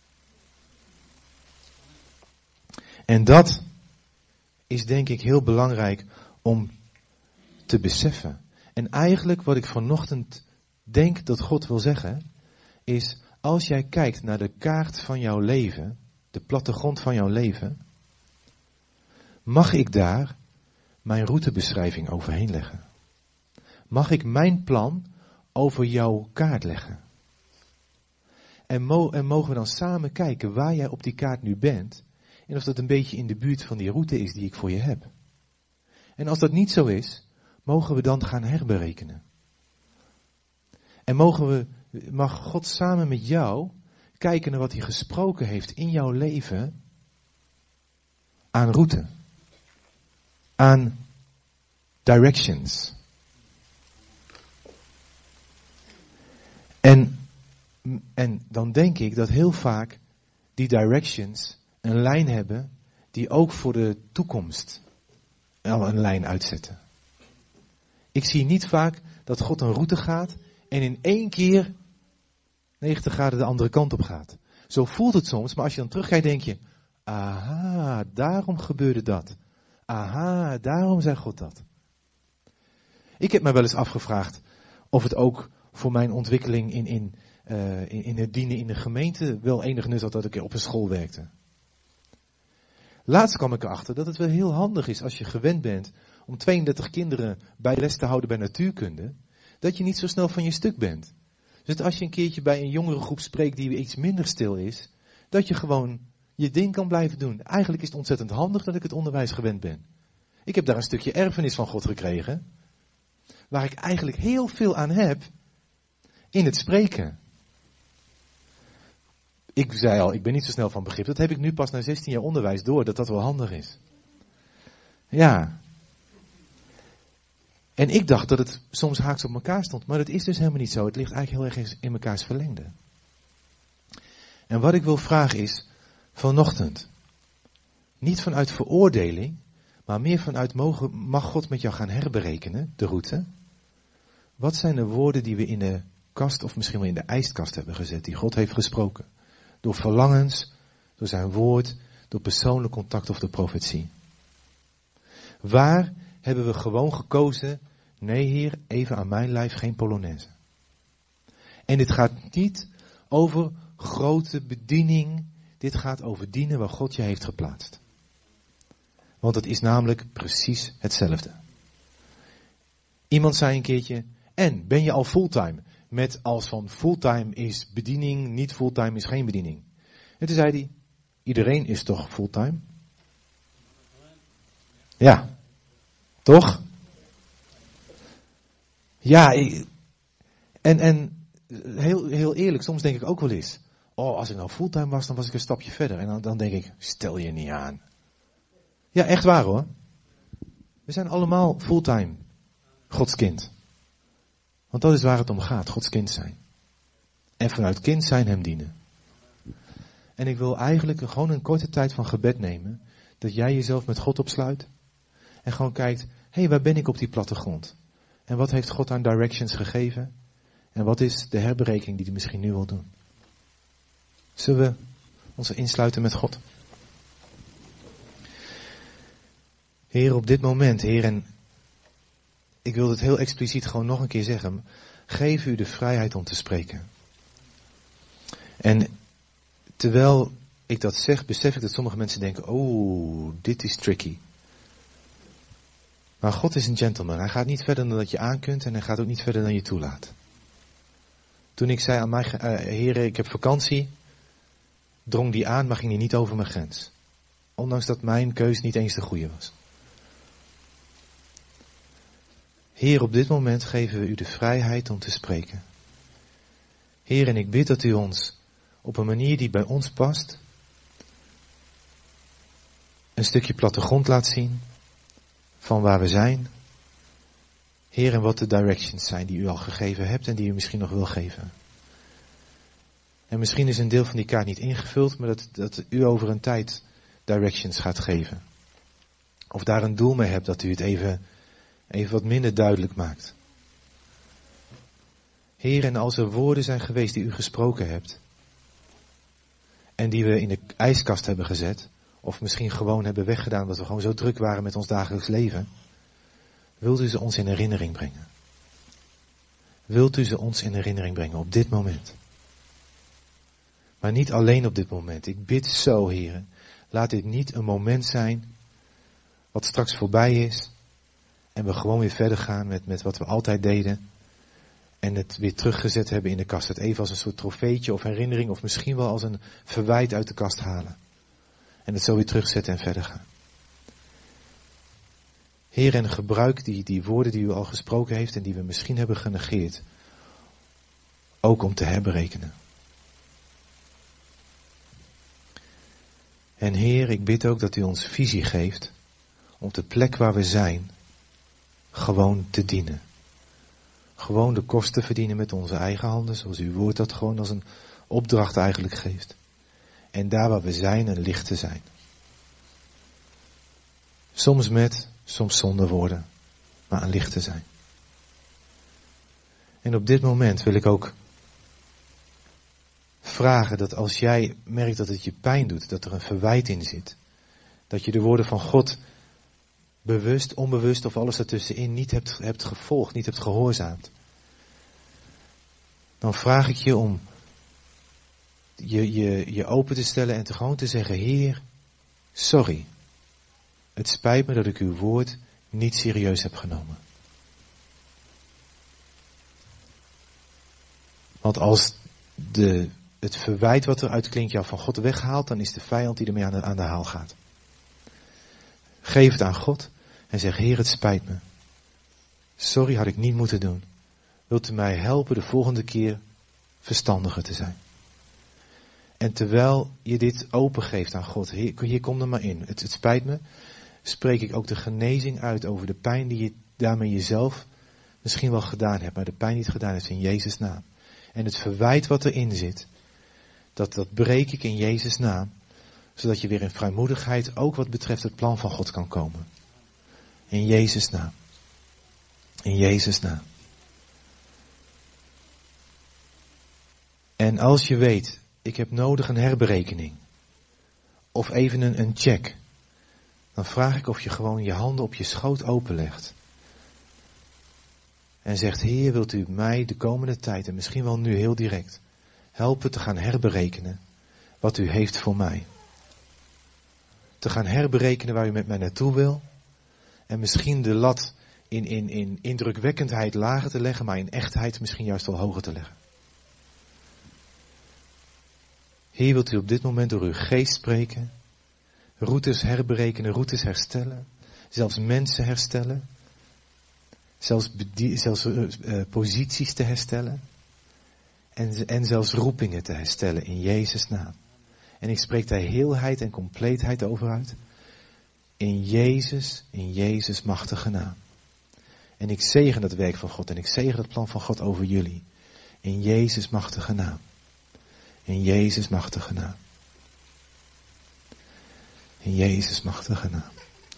En dat is denk ik heel belangrijk om te beseffen. En eigenlijk wat ik vanochtend denk dat God wil zeggen, is als jij kijkt naar de kaart van jouw leven, de plattegrond van jouw leven, mag ik daar mijn routebeschrijving overheen leggen? Mag ik mijn plan over jouw kaart leggen? En, mo- en mogen we dan samen kijken waar jij op die kaart nu bent en of dat een beetje in de buurt van die route is die ik voor je heb. En als dat niet zo is, mogen we dan gaan herberekenen. En mogen we, mag God samen met jou kijken naar wat hij gesproken heeft in jouw leven aan route. Aan directions. En, en dan denk ik dat heel vaak die directions een lijn hebben die ook voor de toekomst al een lijn uitzetten. Ik zie niet vaak dat God een route gaat en in één keer negentig graden de andere kant op gaat. Zo voelt het soms, maar als je dan terugkijkt denk je, aha, daarom gebeurde dat. Aha, daarom zei God dat. Ik heb me wel eens afgevraagd of het ook voor mijn ontwikkeling in, in, uh, in, in het dienen in de gemeente wel enig nut had dat ik op een school werkte. Laatst kwam ik erachter dat het wel heel handig is als je gewend bent om tweeëndertig kinderen bij les te houden bij natuurkunde, dat je niet zo snel van je stuk bent. Dus dat als je een keertje bij een jongere groep spreekt die iets minder stil is, dat je gewoon je ding kan blijven doen. Eigenlijk is het ontzettend handig dat ik het onderwijs gewend ben. Ik heb daar een stukje erfenis van God gekregen, waar ik eigenlijk heel veel aan heb in het spreken. Ik zei al, ik ben niet zo snel van begrip. Dat heb ik nu pas na zestien jaar onderwijs door, dat dat wel handig is. Ja. En ik dacht dat het soms haaks op elkaar stond, maar dat is dus helemaal niet zo. Het ligt eigenlijk heel erg in mekaars verlengde. En wat ik wil vragen is, vanochtend, niet vanuit veroordeling, maar meer vanuit mogen, mag God met jou gaan herberekenen, de route. Wat zijn de woorden die we in de kast of misschien wel in de ijskast hebben gezet, die God heeft gesproken? Door verlangens, door zijn woord, door persoonlijk contact of de profetie. Waar hebben we gewoon gekozen, nee Heer, even aan mijn lijf geen Polonaise. En dit gaat niet over grote bediening, dit gaat over dienen waar God je heeft geplaatst. Want het is namelijk precies hetzelfde. Iemand zei een keertje, en ben je al fulltime? Met als van fulltime is bediening, niet fulltime is geen bediening. En toen zei hij, iedereen is toch fulltime? Ja. Toch? Ja, ik, en, en heel, heel eerlijk, soms denk ik ook wel eens, oh, als ik nou fulltime was, dan was ik een stapje verder. En dan, dan denk ik, stel je niet aan. Ja, echt waar hoor. We zijn allemaal fulltime Gods kind. Want dat is waar het om gaat, Gods kind zijn. En vanuit kind zijn hem dienen. En ik wil eigenlijk gewoon een korte tijd van gebed nemen, dat jij jezelf met God opsluit. En gewoon kijkt, hé, hey, waar ben ik op die plattegrond? En wat heeft God aan directions gegeven? En wat is de herberekening die hij misschien nu wil doen? Zullen we ons insluiten met God? Heer, op dit moment, Heer, en ik wil het heel expliciet gewoon nog een keer zeggen. Geef u de vrijheid om te spreken. En terwijl ik dat zeg, besef ik dat sommige mensen denken, oh, dit is tricky. Maar God is een gentleman. Hij gaat niet verder dan dat je aan kunt en hij gaat ook niet verder dan je toelaat. Toen ik zei aan mij, uh, heren, ik heb vakantie, drong die aan, maar ging die niet over mijn grens. Ondanks dat mijn keus niet eens de goede was. Heer, op dit moment geven we u de vrijheid om te spreken. Heer, en ik bid dat u ons op een manier die bij ons past, een stukje plattegrond laat zien van waar we zijn. Heer, en wat de directions zijn die u al gegeven hebt en die u misschien nog wil geven. En misschien is een deel van die kaart niet ingevuld, maar dat, dat u over een tijd directions gaat geven. Of daar een doel mee hebt dat u het even, even wat minder duidelijk maakt. Heer, en als er woorden zijn geweest die u gesproken hebt, en die we in de ijskast hebben gezet, of misschien gewoon hebben weggedaan omdat we gewoon zo druk waren met ons dagelijks leven, wilt u ze ons in herinnering brengen? Wilt u ze ons in herinnering brengen op dit moment? Maar niet alleen op dit moment. Ik bid zo, Heer, laat dit niet een moment zijn wat straks voorbij is en we gewoon weer verder gaan met, met wat we altijd deden en het weer teruggezet hebben in de kast. Het even als een soort trofeetje of herinnering of misschien wel als een verwijt uit de kast halen. En het zo weer terugzetten en verder gaan. Heer, en gebruik die, die woorden die u al gesproken heeft en die we misschien hebben genegeerd, ook om te herberekenen. En Heer, ik bid ook dat u ons visie geeft om op de plek waar we zijn gewoon te dienen. Gewoon de kosten verdienen met onze eigen handen, zoals uw woord dat gewoon als een opdracht eigenlijk geeft. En daar waar we zijn een licht te zijn. Soms met, soms zonder woorden, maar een licht te zijn. En op dit moment wil ik ook vragen dat als jij merkt dat het je pijn doet, dat er een verwijt in zit, dat je de woorden van God bewust, onbewust of alles ertussenin niet hebt, hebt gevolgd, niet hebt gehoorzaamd, dan vraag ik je om je, je, je open te stellen en te gewoon te zeggen, Heer, sorry, het spijt me dat ik uw woord niet serieus heb genomen. Want als de, het verwijt wat er uitklinkt jou van God weghaalt, dan is de vijand die ermee aan de, aan de haal gaat. Geef het aan God en zeg, Heer, het spijt me. Sorry, had ik niet moeten doen. Wilt u mij helpen de volgende keer verstandiger te zijn? En terwijl je dit opengeeft aan God, hier, hier kom er maar in. Het, het spijt me. Spreek ik ook de genezing uit over de pijn die je daarmee jezelf misschien wel gedaan hebt, maar de pijn niet gedaan heeft in Jezus' naam. En het verwijt wat erin zit, dat, dat breek ik in Jezus' naam, zodat je weer in vrijmoedigheid ook wat betreft het plan van God kan komen. In Jezus' naam. In Jezus' naam. En als je weet, ik heb nodig een herberekening, of even een, een check, dan vraag ik of je gewoon je handen op je schoot openlegt. En zegt, Heer, wilt u mij de komende tijd, en misschien wel nu heel direct, helpen te gaan herberekenen wat u heeft voor mij. Te gaan herberekenen waar u met mij naartoe wil. En misschien de lat in, in, in indrukwekkendheid lager te leggen, maar in echtheid misschien juist wel hoger te leggen. Heer, wilt u op dit moment door uw geest spreken, routes herberekenen, routes herstellen, zelfs mensen herstellen, zelfs, bedie- zelfs uh, posities te herstellen en, en zelfs roepingen te herstellen in Jezus' naam. En ik spreek daar heelheid en compleetheid over uit. In Jezus, in Jezus machtige naam. En ik zegen dat werk van God en ik zegen het plan van God over jullie. In Jezus machtige naam. In Jezus machtige naam. In Jezus machtige naam.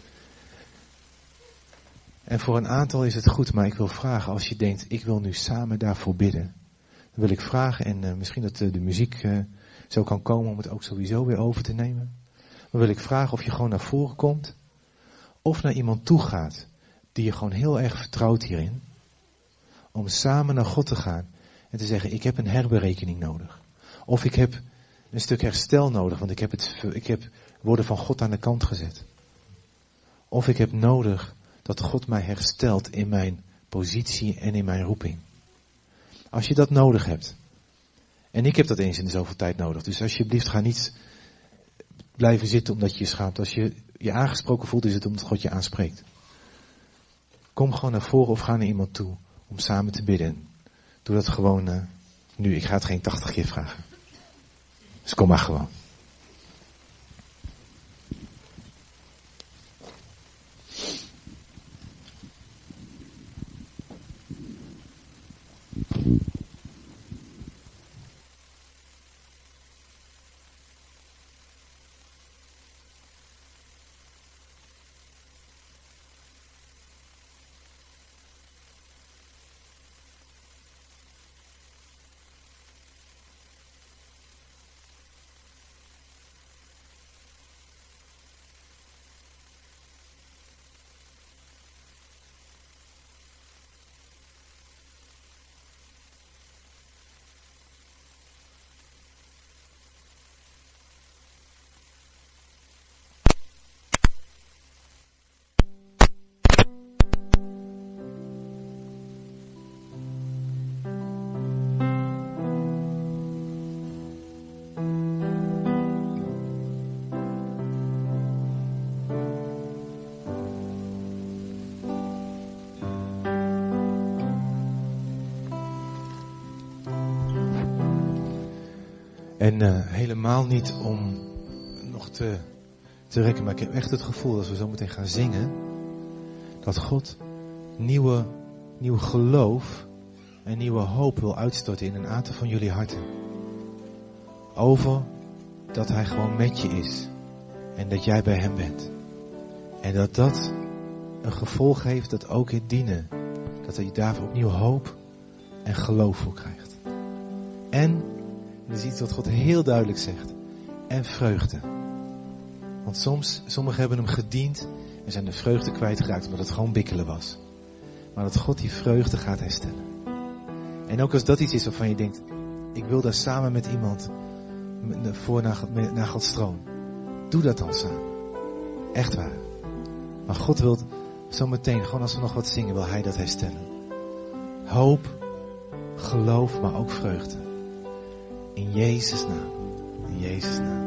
En voor een aantal is het goed, maar ik wil vragen, als je denkt, ik wil nu samen daarvoor bidden. Dan wil ik vragen, en uh, misschien dat uh, de muziek uh, zo kan komen om het ook sowieso weer over te nemen. Dan wil ik vragen of je gewoon naar voren komt, of naar iemand toe gaat, die je gewoon heel erg vertrouwt hierin. Om samen naar God te gaan en te zeggen, ik heb een herberekening nodig. Of ik heb een stuk herstel nodig, want ik heb, het, ik heb woorden van God aan de kant gezet. Of ik heb nodig dat God mij herstelt in mijn positie en in mijn roeping. Als je dat nodig hebt. En ik heb dat eens in de zoveel tijd nodig. Dus alsjeblieft ga niet blijven zitten omdat je je schaamt. Als je je aangesproken voelt, is het omdat God je aanspreekt. Kom gewoon naar voren of ga naar iemand toe om samen te bidden. Doe dat gewoon uh, nu. Ik ga het geen tachtig keer vragen. Dus kom maar gewoon. En uh, helemaal niet om nog te, te rekken, maar ik heb echt het gevoel dat we zo meteen gaan zingen, dat God nieuwe, nieuw geloof en nieuwe hoop wil uitstorten in een aantal van jullie harten. Over dat hij gewoon met je is en dat jij bij hem bent. En dat dat een gevolg heeft dat ook in dienen, dat je daar opnieuw hoop en geloof voor krijgt. En, dat is iets wat God heel duidelijk zegt, en vreugde. Want soms, sommigen hebben hem gediend en zijn de vreugde kwijtgeraakt omdat het gewoon bikkelen was. Maar dat God die vreugde gaat herstellen. En ook als dat iets is waarvan je denkt, ik wil daar samen met iemand voor naar, naar Gods troon. Doe dat dan samen. Echt waar. Maar God wil zometeen, gewoon als we nog wat zingen, wil hij dat herstellen. Hoop, geloof, maar ook vreugde. In Jezus' naam. In Jezus' naam.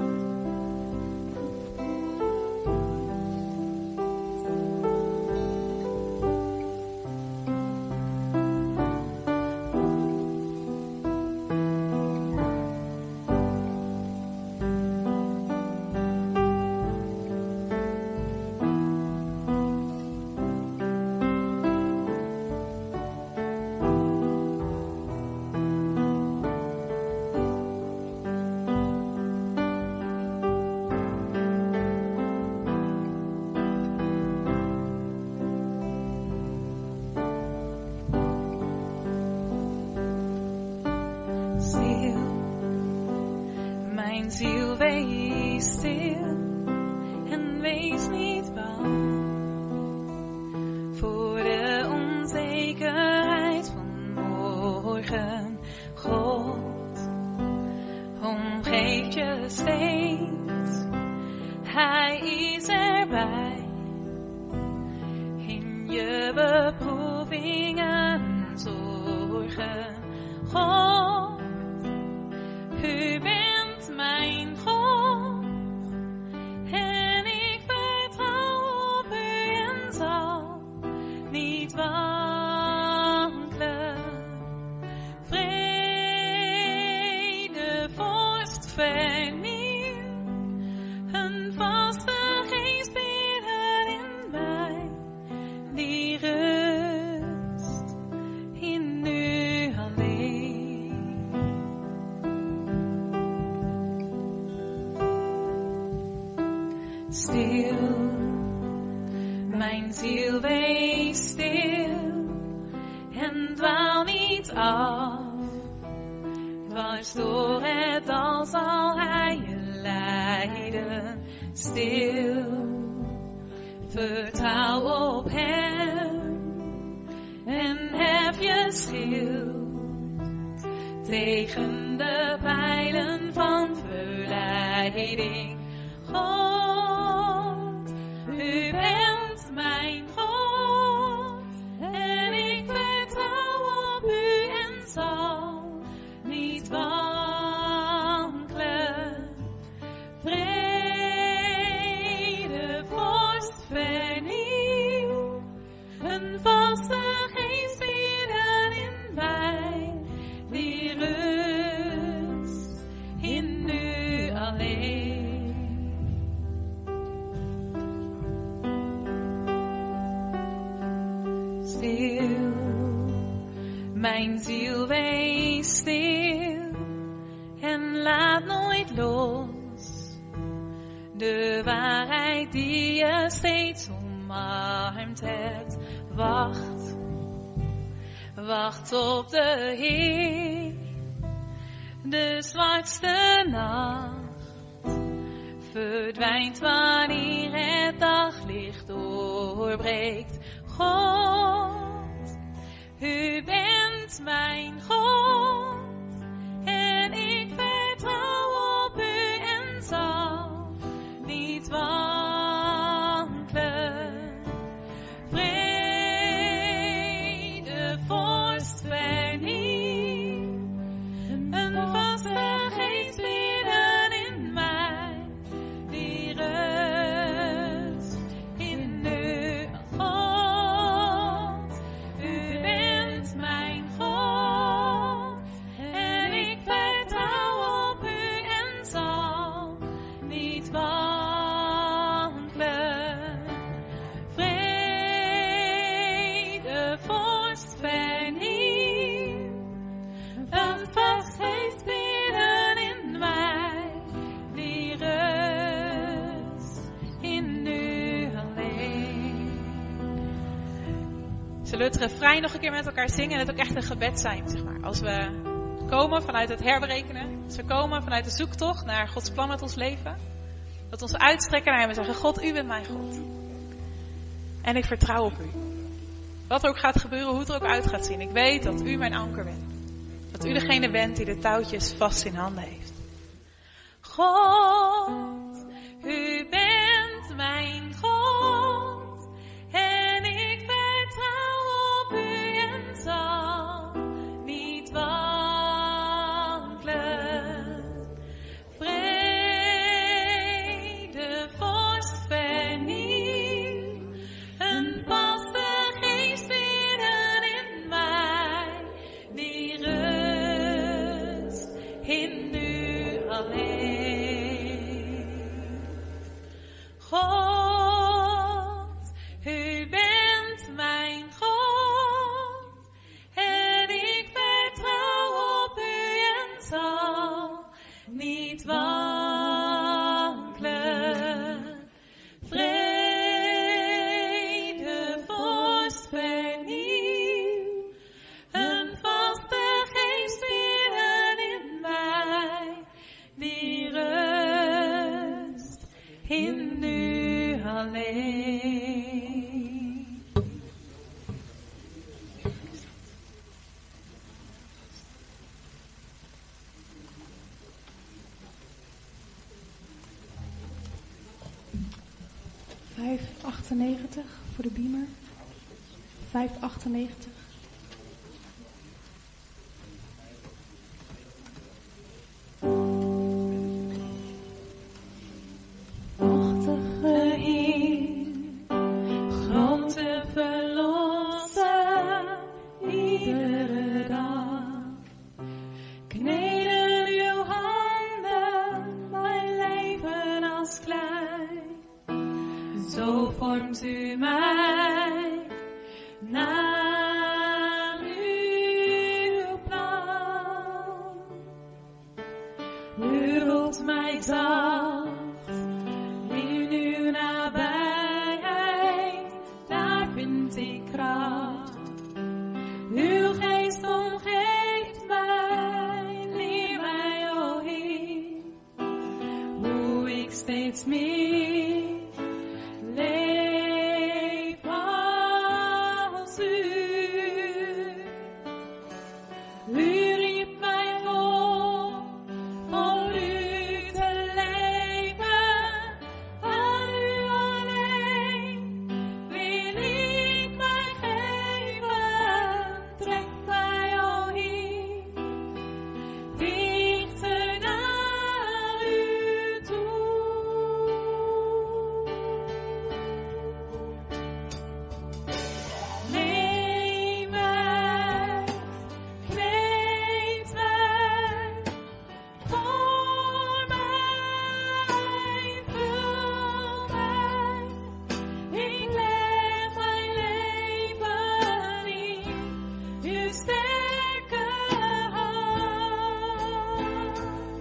Wacht op de Heer, de zwartste nacht verdwijnt wanneer het daglicht doorbreekt. God, u bent mijn God en ik vertrouw op u en zal niet wankelen. Vorst vernieuw, een vaste geest binnen in mij, die rust in u, God. U bent mijn God. Zullen we het refrein nog een keer met elkaar zingen en het ook echt een gebed zijn, zeg maar. Als we komen vanuit het herberekenen, als we komen vanuit de zoektocht naar Gods plan met ons leven. Dat we ons uitstrekken naar hem en zeggen, God, u bent mijn God. En ik vertrouw op u. Wat er ook gaat gebeuren, hoe het er ook uit gaat zien. Ik weet dat u mijn anker bent. Dat u degene bent die de touwtjes vast in handen heeft. God, u bent mijn God. En ik vertrouw op u en zal niet wankelen. Vrede, vorst, vernieuw. Een vaste geest binnen in mij. Die rust in u alleen. God, u bent mijn God. En ik vertrouw op u en zal niet wankelen. Vrede, vorst, vernieuw. Een vaste geest binnen in mij. Die rust in u alleen. vijf achtennegentig voor de beamer. vijf achtennegentig. Machtige Heer, grote verlosser, iedere dag. Kneden uw handen, mijn leven als klei. Zo vormt u mij naar uw plan. U roept mij zacht in uw nabijheid, daar vind ik kracht. Uw geest omgeeft mij, leer mij, o Heer, hoe ik steeds meer leef als u. U riep mij op om u te leven, aan u alleen wil ik mij geven. Trek mij, o Heer, dichter naar u toe. Neem mij, kleed mij, voor mij, vul mij. Ik leg mijn leven in uw sterke hand.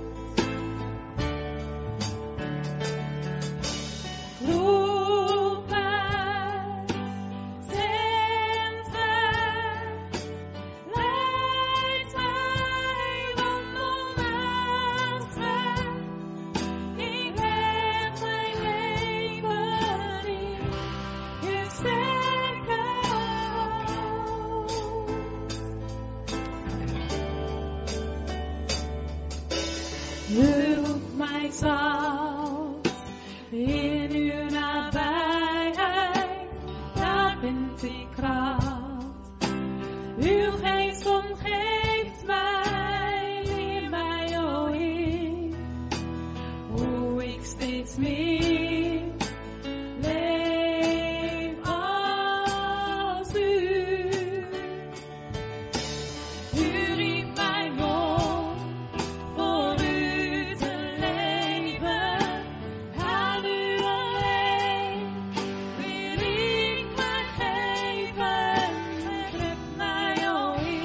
Roep mij, zend mij, leid mij, wandel naast mij. Ik leg mijn leven in uw sterke hand. U roept mij zacht in uw nabijheid, daar vind ik kracht. Uw geest omgeeft mij, leer mij, o Heer, hoe ik steeds meer leef als u. U riep mij op voor u te leven, aan u alleen wil ik mij geven. Trek mij, o Heer,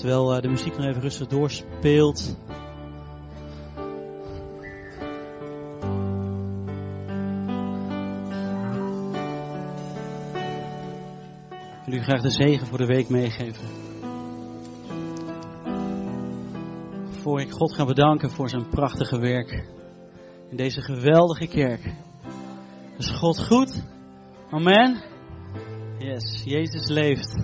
terwijl uh, de muziek nog even rustig doorspeelt. Ik wil u graag de zegen voor de week meegeven. Voor ik God ga bedanken voor zijn prachtige werk in deze geweldige kerk. Is God goed? Amen. Yes, Jezus leeft.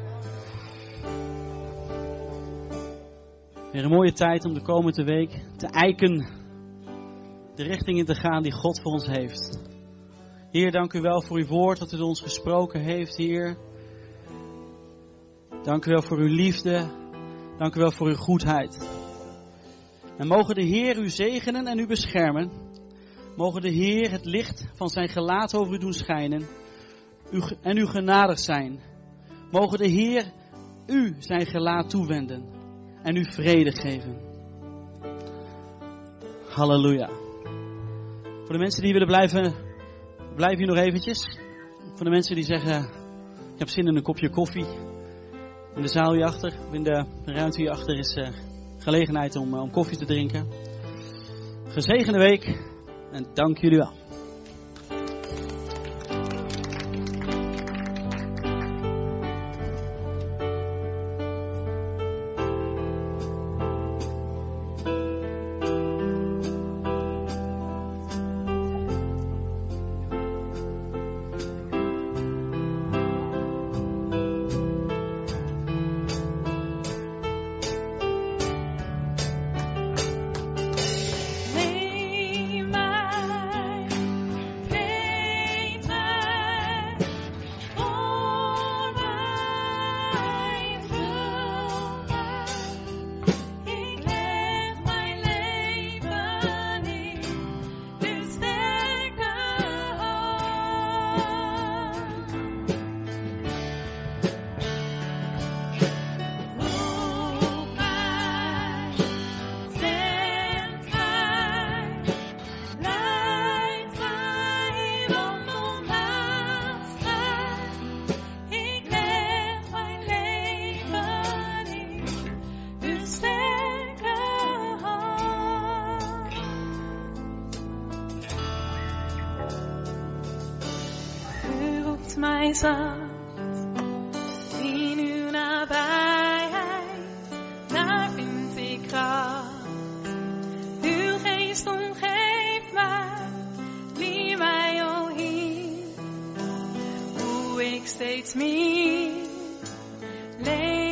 Weer een mooie tijd om de komende week te eiken, de richting in te gaan die God voor ons heeft. Heer, dank u wel voor uw woord dat u tot ons gesproken heeft, Heer. Dank u wel voor uw liefde. Dank u wel voor uw goedheid. En mogen de Heer u zegenen en u beschermen. Mogen de Heer het licht van zijn gelaat over u doen schijnen. U, en u genadig zijn. Mogen de Heer u zijn gelaat toewenden. En u vrede geven. Halleluja. Voor de mensen die willen blijven, blijf hier nog eventjes. Voor de mensen die zeggen, ik heb zin in een kopje koffie. In de zaal hierachter, in de ruimte hierachter is uh, gelegenheid om, uh, om koffie te drinken. Gezegende week en dank jullie wel. mij zacht in uw nabijheid, daar vind ik kracht. Uw geest omgeeft mij, leer mij, o Heer, hoe ik steeds meer leef.